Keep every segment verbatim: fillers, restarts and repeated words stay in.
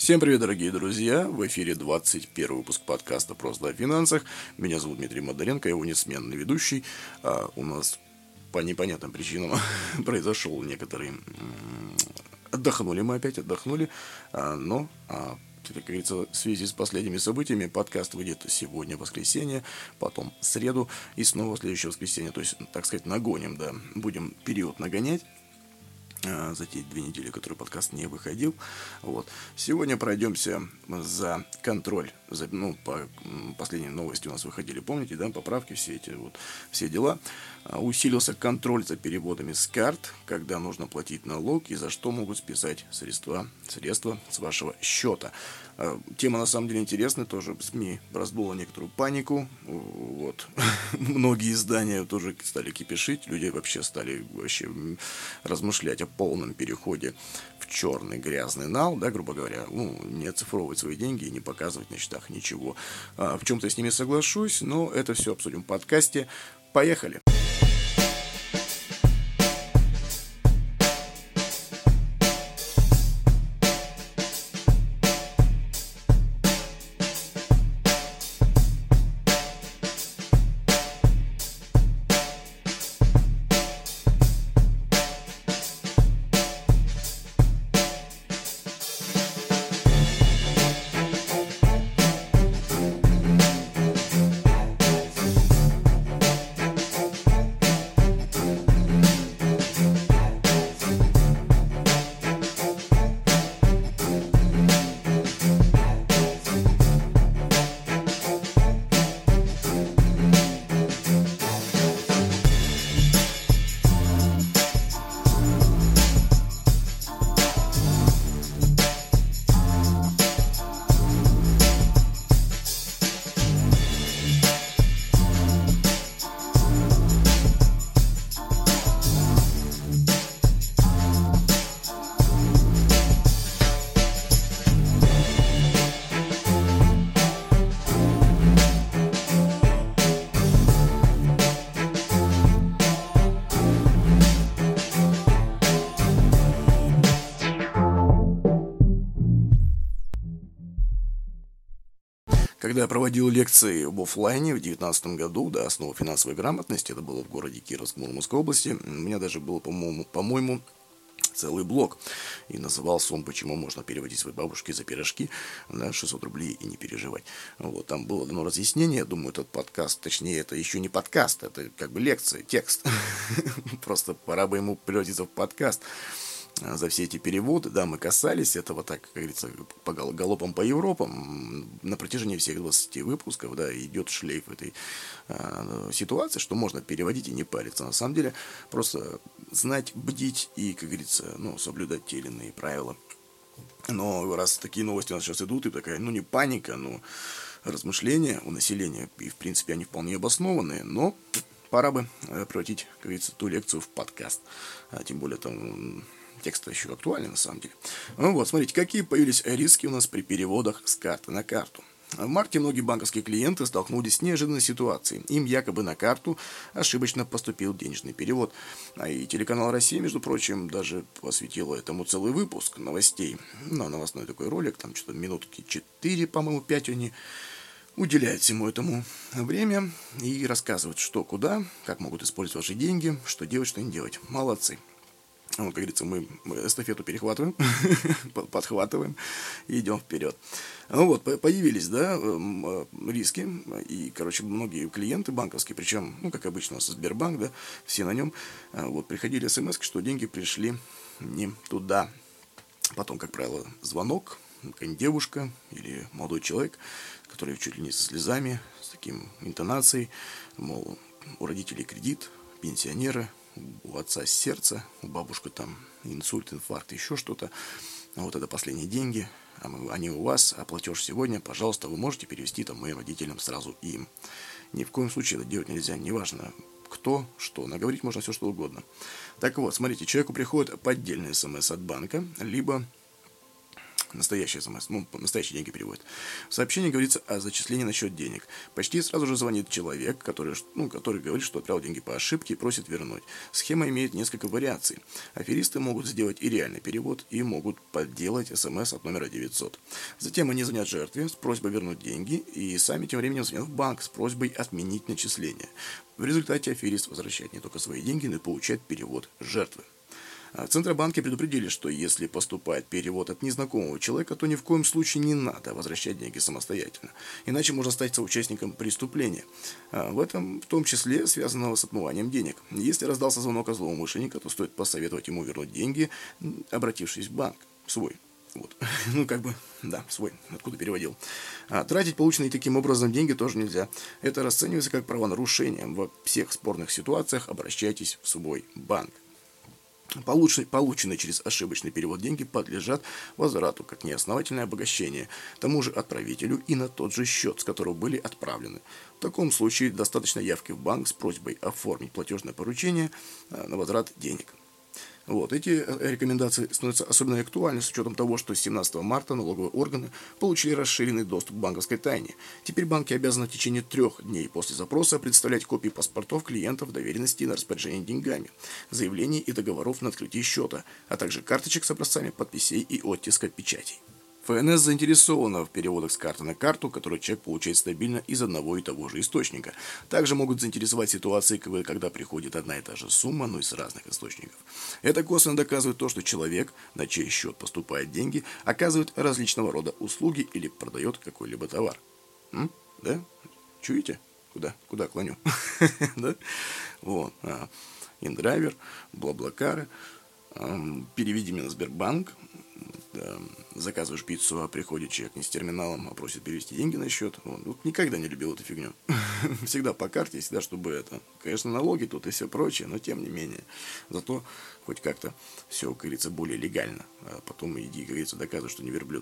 Всем привет, дорогие друзья! В эфире двадцать первый выпуск подкаста «Просто о финансах». Меня зовут Дмитрий Модаренко, я его несменный ведущий. А у нас по непонятным причинам произошел некоторый... Отдохнули мы опять, отдохнули, а, но... А, как говорится, в связи с последними событиями подкаст выйдет сегодня, воскресенье, потом в среду и снова в следующее воскресенье. То есть, так сказать, нагоним, да, будем период нагонять за те две недели, которые подкаст не выходил. Вот. Сегодня пройдемся за контроль. За, ну, по последней новости у нас выходили, помните, да, поправки, все эти вот, все дела. Усилился контроль за переводами с карт, когда нужно платить налог и за что могут списать средства, средства с вашего счета. Тема на самом деле интересная, тоже СМИ раздула некоторую панику. Вот. Многие издания тоже стали кипишить, люди вообще стали вообще размышлять о полном переходе в черный грязный нал, да, грубо говоря, ну, не оцифровывать свои деньги и не показывать на счетах ничего. А, в чем-то я с ними соглашусь, но это все обсудим в подкасте. Поехали! Когда я проводил лекции в офлайне в две тысячи девятнадцатом году, да, основа финансовой грамотности, это было в городе Кировск, Мурманской области, у меня даже было, по-моему, по-моему, целый блог, и назывался он «Почему можно переводить своей бабушке за пирожки на шестьсот рублей и не переживать». Вот, там было дано разъяснение, я думаю, этот подкаст, точнее, это еще не подкаст, это как бы лекция, текст, просто пора бы ему превратиться в подкаст. За все эти переводы, да, мы касались этого, так, как говорится, по галопам по Европам. На протяжении всех двадцати выпусков, да, идет шлейф этой э, ситуации, что можно переводить и не париться. На самом деле, просто знать, бдить и, как говорится, ну, соблюдать те или иные правила. Но раз такие новости у нас сейчас идут, и такая, ну, не паника, но размышления у населения, и, в принципе, они вполне обоснованные, но пора бы превратить, как говорится, ту лекцию в подкаст. А тем более, там... Текст еще актуальный, на самом деле. Ну вот, смотрите, какие появились риски у нас при переводах с карты на карту. В марте многие банковские клиенты столкнулись с неожиданной ситуацией. Им якобы на карту ошибочно поступил денежный перевод. А и телеканал «Россия», между прочим, даже посвятил этому целый выпуск новостей. Ну, новостной такой ролик, там что-то минутки четыре, по-моему, пять они уделяют всему этому время и рассказывают, что, куда, как могут использовать ваши деньги, что делать, что не делать. Молодцы. Вот, как говорится, мы эстафету перехватываем, подхватываем и идем вперед. Ну вот, появились, да, риски, и, короче, многие клиенты банковские, причем, ну, как обычно, у нас Сбербанк, да, все на нем, вот, приходили смс, что деньги пришли не туда. Потом, как правило, звонок, какая-нибудь девушка или молодой человек, который чуть ли не со слезами, с таким интонацией, мол, у родителей кредит, пенсионеры, у отца сердце, у бабушки там инсульт, инфаркт, еще что-то. Вот это последние деньги, а мы, они у вас, а платеж сегодня, пожалуйста, вы можете перевести там моим родителям сразу им. Ни в коем случае это делать нельзя, неважно кто, что, наговорить можно все, что угодно. Так вот, смотрите, человеку приходит поддельный смс от банка, либо Настоящий смс, ну, настоящие деньги переводит. В сообщении говорится о зачислении на счет денег. Почти сразу же звонит человек, который, ну, который говорит, что отправил деньги по ошибке и просит вернуть. Схема имеет несколько вариаций. Аферисты могут сделать и реальный перевод, и могут подделать смс от номера девятьсот. Затем они звонят жертве с просьбой вернуть деньги, и сами тем временем звонят в банк с просьбой отменить начисление. В результате аферист возвращает не только свои деньги, но и получает перевод жертвы. В Центробанке предупредили, что если поступает перевод от незнакомого человека, то ни в коем случае не надо возвращать деньги самостоятельно, иначе можно стать соучастником преступления, в этом в том числе связанного с отмыванием денег. Если раздался звонок от злоумышленника, то стоит посоветовать ему вернуть деньги, обратившись в банк свой. Вот. Ну, как бы, да, свой, откуда переводил. А тратить полученные таким образом деньги тоже нельзя. Это расценивается как правонарушение. Во всех спорных ситуациях обращайтесь в свой банк. Полученные через ошибочный перевод деньги подлежат возврату как неосновательное обогащение тому же отправителю и на тот же счет, с которого были отправлены. В таком случае достаточно явки в банк с просьбой оформить платежное поручение на возврат денег. Вот. Эти рекомендации становятся особенно актуальны с учетом того, что с семнадцатого марта налоговые органы получили расширенный доступ к банковской тайне. Теперь банки обязаны в течение трех дней после запроса представлять копии паспортов клиентов, доверенностей на распоряжение деньгами, заявлений и договоров на открытие счета, а также карточек с образцами подписей и оттиска печатей. ФНС заинтересована в переводах с карты на карту, которые человек получает стабильно из одного и того же источника. Также могут заинтересовать ситуации, когда приходит одна и та же сумма, но из разных источников. Это косвенно доказывает то, что человек, на чей счет поступают деньги, оказывает различного рода услуги или продает какой-либо товар. М? Да? Чуете? Куда? Куда клоню? Да? Вот. Индрайвер, Блаблакары. Переведи меня на Сбербанк. Да, заказываешь пиццу, а приходит человек не с терминалом, а просит перевести деньги на счет. Вот. Вот никогда не любил эту фигню. Всегда по карте, всегда, чтобы это... Конечно, налоги тут и все прочее, но тем не менее. Зато хоть как-то все, как говорится, более легально. А потом иди, как говорится, доказывай, что не верблюд.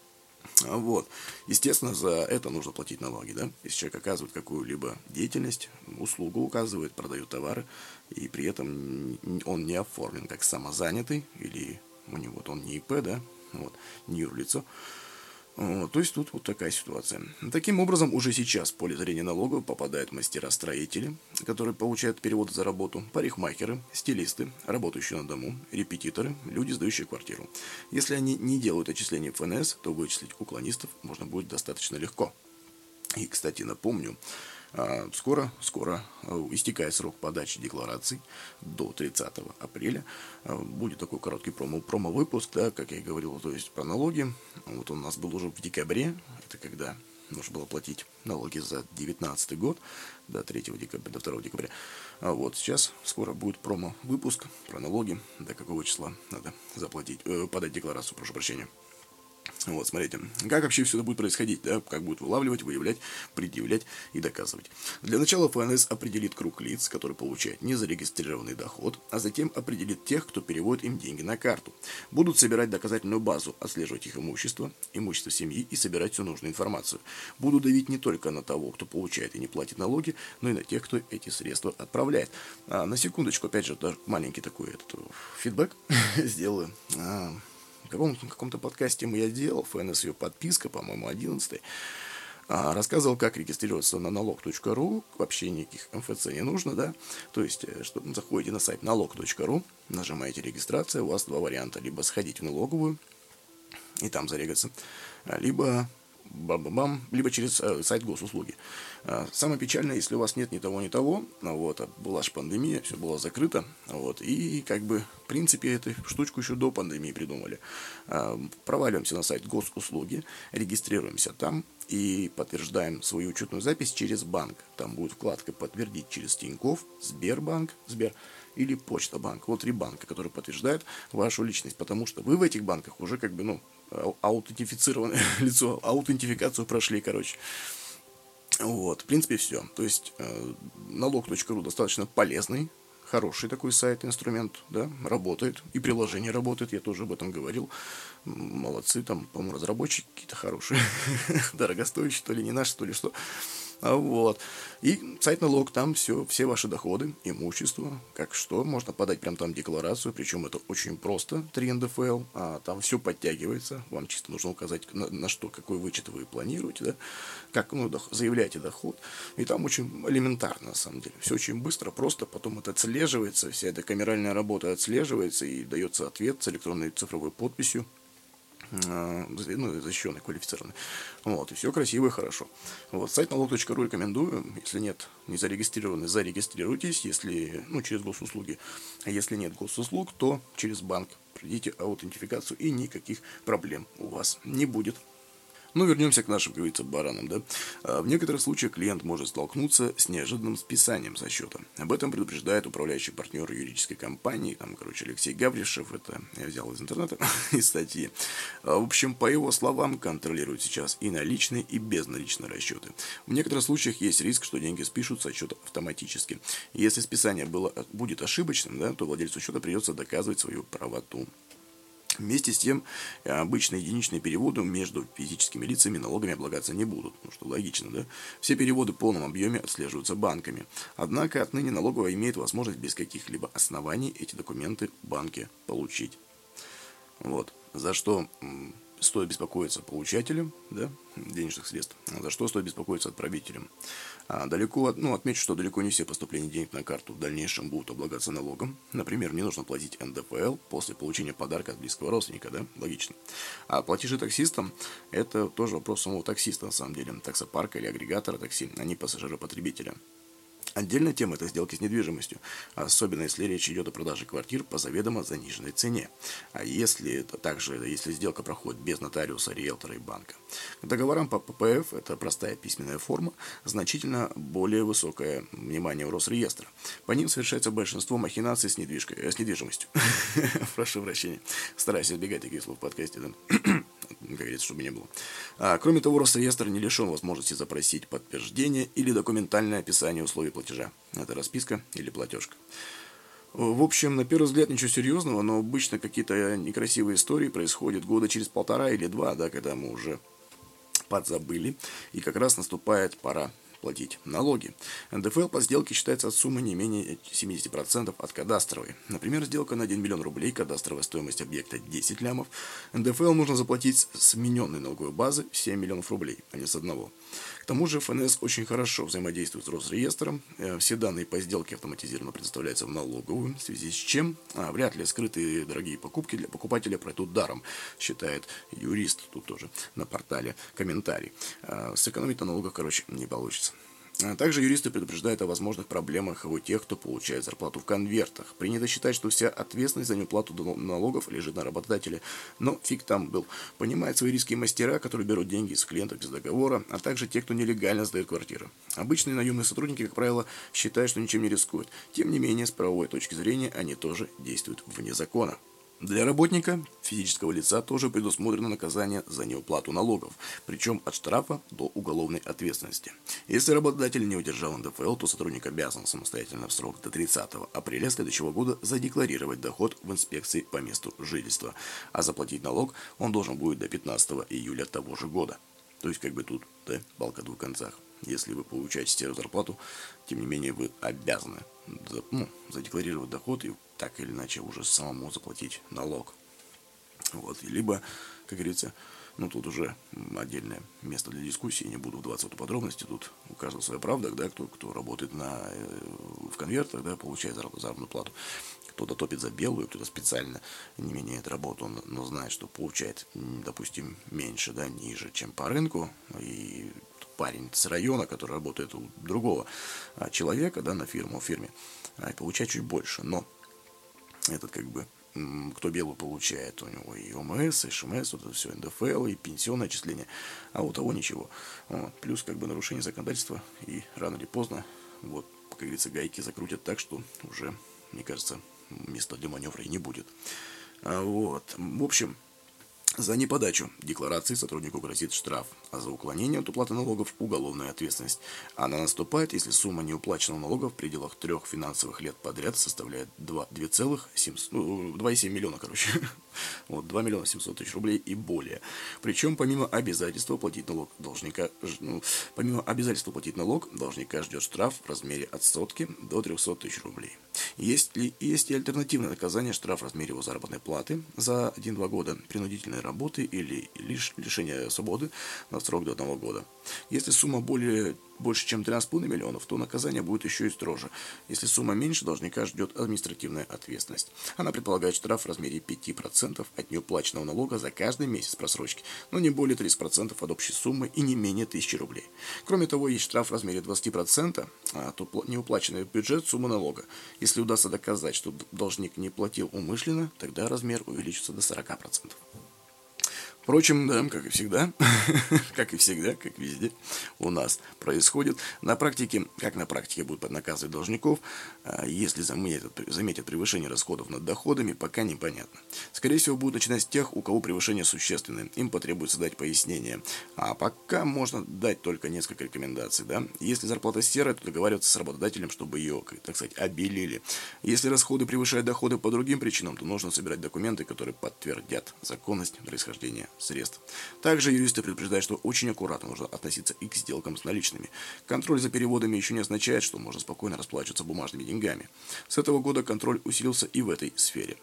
А вот. Естественно, за это нужно платить налоги, да? Если человек оказывает какую-либо деятельность, услугу указывает, продает товары, и при этом он не оформлен как самозанятый, или у него вот он не ИП, да? Вот, не юрлицо. Вот, то есть тут вот такая ситуация. Таким образом, уже сейчас в поле зрения налоговой попадают мастера-строители, которые получают переводы за работу, парикмахеры, стилисты, работающие на дому, репетиторы, люди, сдающие квартиру. Если они не делают отчисления в ФНС, то вычислить уклонистов можно будет достаточно легко. И, кстати, напомню, Скоро, скоро истекает срок подачи деклараций до тридцатого апреля. Будет такой короткий промо, промо-выпуск, да, как я и говорил, то есть про налоги. Вот он у нас был уже в декабре, это когда нужно было платить налоги за девятнадцатый год, до третьего декабря, до второго декабря. А вот сейчас скоро будет промо-выпуск про налоги, до какого числа надо заплатить, э, подать декларацию, прошу прощения. Вот, смотрите, как вообще все это будет происходить, да, как будет вылавливать, выявлять, предъявлять и доказывать. Для начала ФНС определит круг лиц, которые получают незарегистрированный доход, а затем определит тех, кто переводит им деньги на карту. Будут собирать доказательную базу, отслеживать их имущество, имущество семьи и собирать всю нужную информацию. Будут давить не только на того, кто получает и не платит налоги, но и на тех, кто эти средства отправляет. А, на секундочку, опять же, даже маленький такой этот, фидбэк сделаю. А, В каком-то, каком-то подкасте я делал, ФНС ее подписка, по-моему, одиннадцатый, рассказывал, как регистрироваться на налог точка ру, вообще никаких эм эф цэ не нужно, да, то есть, что заходите на сайт налог точка ру, нажимаете регистрация, у вас два варианта, либо сходить в налоговую и там зарегаться, либо... бам-бам-бам, либо через э, сайт госуслуги. А, самое печальное, если у вас нет ни того, ни того, вот, а была же пандемия, все было закрыто, вот, и как бы, в принципе, эту штучку еще до пандемии придумали. А, проваливаемся на сайт госуслуги, регистрируемся там и подтверждаем свою учетную запись через банк. Там будет вкладка «Подтвердить через Тинькофф», Сбербанк, Сбер, или Почта банк. Вот три банка, которые подтверждают вашу личность, потому что вы в этих банках уже как бы, ну, аутентифицированное лицо, аутентификацию прошли, короче. Вот, в принципе, все. То есть, э, налог точка ру достаточно полезный, хороший такой сайт, инструмент, да, работает, и приложение работает, я тоже об этом говорил. Молодцы, там, по-моему, разработчики какие-то хорошие, дорогостоящие, то ли не наши, то ли что. А Вот. И сайт-налог, там все, все ваши доходы, имущество, как что, можно подать прям там декларацию, причем это очень просто, три эн дэ эф эл, а там все подтягивается, вам чисто нужно указать, на, на что, какой вычет вы планируете, да, как, ну, дох- заявляете доход, и там очень элементарно, на самом деле, все очень быстро, просто, потом это отслеживается, вся эта камеральная работа отслеживается и дается ответ с электронной цифровой подписью, ну, защищенный, квалифицированный. Вот, и все красиво и хорошо. Вот, сайт налог точка ру рекомендую. Если нет, не зарегистрированы, зарегистрируйтесь, если, ну, через госуслуги. А если нет госуслуг, то через банк пройдите аутентификацию, и никаких проблем у вас не будет. Ну, вернемся к нашим, как говорится, баранам, да. В некоторых случаях клиент может столкнуться с неожиданным списанием со счета. Об этом предупреждает управляющий партнер юридической компании, там, короче, Алексей Гавришев, это я взял из интернета, из статьи. В общем, по его словам, контролируют сейчас и наличные, и безналичные расчеты. В некоторых случаях есть риск, что деньги спишут со счета автоматически. Если списание было, будет ошибочным, да, то владельцу счета придется доказывать свою правоту. Вместе с тем, обычные единичные переводы между физическими лицами налогами облагаться не будут, ну что логично, да? Все переводы в полном объеме отслеживаются банками. Однако отныне налоговая имеет возможность без каких-либо оснований эти документы в банке получить. Вот. За что м, стоит беспокоиться получателям, да, денежных средств, а за что стоит беспокоиться отправителям. А далеко, от- ну, отмечу, что далеко не все поступления денег на карту в дальнейшем будут облагаться налогом. Например, мне нужно платить эн дэ эф эл после получения подарка от близкого родственника, да, логично. А платежи таксистам – это тоже вопрос самого таксиста, на самом деле. Таксопарка или агрегатора такси, они пассажиры-потребителя. Отдельная тема – это сделки с недвижимостью, особенно если речь идет о продаже квартир по заведомо заниженной цене. А если это также, если сделка проходит без нотариуса, риэлтора и банка. К договорам по пэ пэ эф – это простая письменная форма, значительно более высокое внимание в Росреестр. По ним совершается большинство махинаций с, недвижкой, э, с недвижимостью. Прошу прощения. Стараюсь избегать таких слов в подкасте, да? Как говорится, чтобы не было. А, кроме того, Росреестр не лишен возможности запросить подтверждение или документальное описание условий платежа. Это расписка или платежка. В общем, на первый взгляд ничего серьезного, но обычно какие-то некрасивые истории происходят года через полтора или два, да, когда мы уже подзабыли, и как раз наступает пора платить налоги. эн дэ эф эл по сделке считается от суммы не менее семьдесят процентов от кадастровой. Например, сделка на один миллион рублей, кадастровая стоимость объекта десять лямов. эн дэ эф эл нужно заплатить с вмененной налоговой базы семь миллионов рублей, а не с одного. К тому же эф эн эс очень хорошо взаимодействует с Росреестром. Все данные по сделке автоматизированно предоставляются в налоговую, в связи с чем а, вряд ли скрытые дорогие покупки для покупателя пройдут даром, считает юрист тут тоже на портале комментарий. А, сэкономить на налогах, короче, не получится. Также юристы предупреждают о возможных проблемах у тех, кто получает зарплату в конвертах. Принято считать, что вся ответственность за неуплату налогов лежит на работодателе, но фиг там был. Понимают свои риски мастера, которые берут деньги из клиентов без договора, а также те, кто нелегально сдает квартиры. Обычные наемные сотрудники, как правило, считают, что ничем не рискуют. Тем не менее, с правовой точки зрения, они тоже действуют вне закона. Для работника, физического лица, тоже предусмотрено наказание за неуплату налогов, причем от штрафа до уголовной ответственности. Если работодатель не удержал эн дэ эф эл, то сотрудник обязан самостоятельно в срок до тридцатого апреля следующего года задекларировать доход в инспекции по месту жительства, а заплатить налог он должен будет до пятнадцатого июля того же года. То есть, как бы тут, да, палка о двух концах. Если вы получаете серую зарплату, тем не менее вы обязаны ну, задекларировать доход и так или иначе уже самому заплатить налог. Вот. И либо, как говорится, ну тут уже отдельное место для дискуссии, не буду вдаваться в подробности, тут у каждого своя правда, да, кто, кто работает на, в конвертах, да, получает заработную плату. Кто-то топит за белую, кто-то специально не меняет работу, но знает, что получает, допустим, меньше, да, ниже, чем по рынку, и парень с района, который работает у другого человека, да, на фирму, в фирме, и получает чуть больше, но этот как бы, кто белую получает, у него и о эм эс, и эш эм эс, вот это все, эн дэ эф эл, и пенсионное отчисление, а у того ничего. Вот. Плюс как бы нарушение законодательства, и рано или поздно, вот, как говорится, гайки закрутят так, что уже, мне кажется, места для маневра и не будет. А вот, в общем, За неподачу декларации сотруднику грозит штраф, а за уклонение от уплаты налогов – уголовная ответственность. Она наступает, если сумма неуплаченного налога в пределах трех финансовых лет подряд составляет два целых семь миллиона, короче, вот, два миллиона семьсот тысяч рублей и более. Причем помимо обязательства платить налог должника, ну, помимо обязательства платить налог, должника ждет штраф в размере от сотки до трехсот тысяч рублей. Есть ли есть и альтернативное наказание — штраф в размере его заработной платы за один-два года, принудительной работы или лиш, лишения свободы на срок до одного года. Если сумма более, больше, чем тринадцать с половиной миллионов, то наказание будет еще и строже. Если сумма меньше, должника ждет административная ответственность. Она предполагает штраф в размере пяти процентов от неуплаченного налога за каждый месяц просрочки, но не более тридцати процентов от общей суммы и не менее тысячи рублей. Кроме того, есть штраф в размере двадцати процентов от неуплаченного в бюджет суммы налога. Если удастся доказать, что должник не платил умышленно, тогда размер увеличится до сорока процентов. Впрочем, да, как и всегда, как и всегда, как везде у нас происходит, на практике, как на практике будут наказывать должников, если заметят, заметят превышение расходов над доходами, пока непонятно. Скорее всего, будут начинать с тех, у кого превышение существенное, им потребуется дать пояснение. А пока можно дать только несколько рекомендаций, да. Если зарплата серая, то договариваться с работодателем, чтобы ее, так сказать, обелили. Если расходы превышают доходы по другим причинам, то нужно собирать документы, которые подтвердят законность происхождения средств. Также юристы предупреждают, что очень аккуратно нужно относиться и к сделкам с наличными. Контроль за переводами еще не означает, что можно спокойно расплачиваться бумажными деньгами. С этого года контроль усилился и в этой сфере.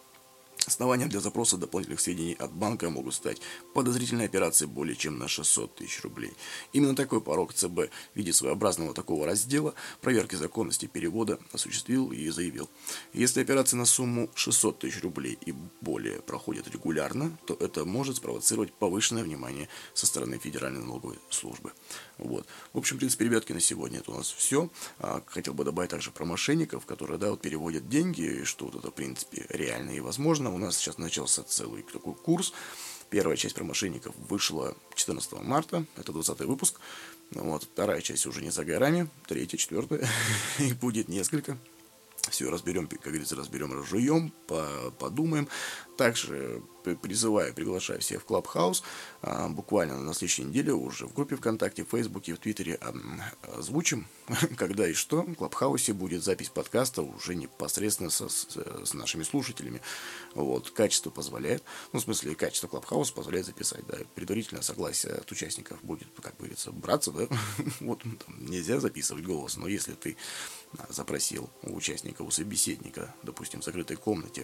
Основанием для запроса дополнительных сведений от банка могут стать подозрительные операции более чем на шестьсот тысяч рублей. Именно такой порог ЦБ в виде своеобразного такого раздела проверки законности перевода осуществил и заявил: если операции на сумму шестьсот тысяч рублей и более проходят регулярно, то это может спровоцировать повышенное внимание со стороны Федеральной налоговой службы. Вот. В общем, в принципе, ребятки, на сегодня это у нас все. Хотел бы добавить также про мошенников, которые, да, вот переводят деньги, что вот это, в принципе, реально и возможно. У нас сейчас начался целый такой курс. Первая часть про мошенников вышла четырнадцатого марта, это двадцатый выпуск. Вот. Вторая часть уже не за горами, третья, четвертая, их будет несколько. Все разберем, как говорится, разберем, разжуем, подумаем. Также призываю, приглашаю всех в Клабхаус. Буквально на следующей неделе уже в группе ВКонтакте, в Фейсбуке, в Твиттере озвучим, когда и что. В Клабхаусе будет запись подкаста уже непосредственно со, с, с нашими слушателями. Вот. Качество позволяет, ну, в смысле, качество Клабхауса позволяет записать, да. Предварительное согласие от участников будет, как говорится, браться, да. Вот, там нельзя записывать голос, но если ты запросил у участника, у собеседника, допустим, в закрытой комнате,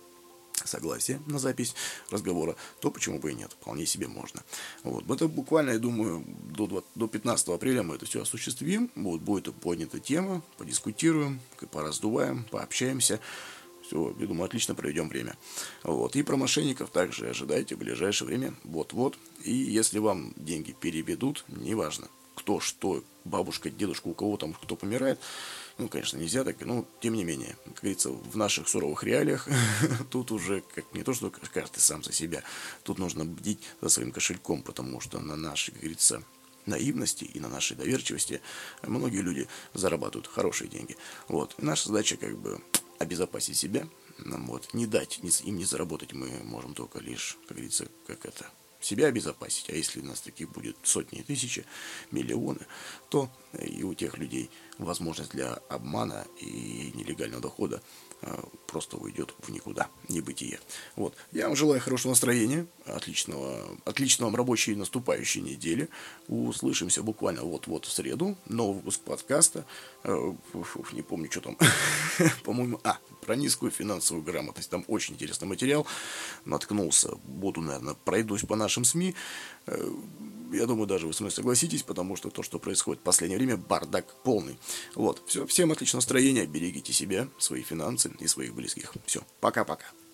согласие на запись разговора, то почему бы и нет, вполне себе можно. Вот. Это буквально, я думаю, до, до пятнадцатого апреля мы это все осуществим. Вот, будет поднята тема, подискутируем, пораздуваем, пообщаемся. Все, я думаю, отлично проведем время. Вот. И про мошенников также ожидайте в ближайшее время. Вот-вот. И если вам деньги переведут, неважно, кто, что, бабушка, дедушка, у кого там, кто помирает, ну, конечно, нельзя так, но тем не менее, как говорится, в наших суровых реалиях тут уже как не то, что каждый сам за себя, тут нужно бдить за своим кошельком, потому что на нашей, как говорится, наивности и на нашей доверчивости многие люди зарабатывают хорошие деньги. Вот. И наша задача как бы обезопасить себя, нам вот, не дать им не заработать мы можем только лишь, как говорится, как это, себя обезопасить. А если у нас таких будет сотни, тысячи, миллионы, то и у тех людей возможность для обмана и нелегального дохода просто уйдет в никуда, небытие. Вот. Я вам желаю хорошего настроения, отличного, отличного вам рабочей наступающей недели. Услышимся буквально вот-вот в среду. Новый выпуск подкаста. Не помню, что там. По-моему, а, про низкую финансовую грамотность. Там очень интересный материал. Наткнулся. Буду, наверное, пройдусь по нашим СМИ. Я думаю, даже вы со мной согласитесь, потому что то, что происходит в последнее время, бардак полный. Вот. Все. Всем отличного настроения. Берегите себя, свои финансы и своих близких. Все. Пока-пока.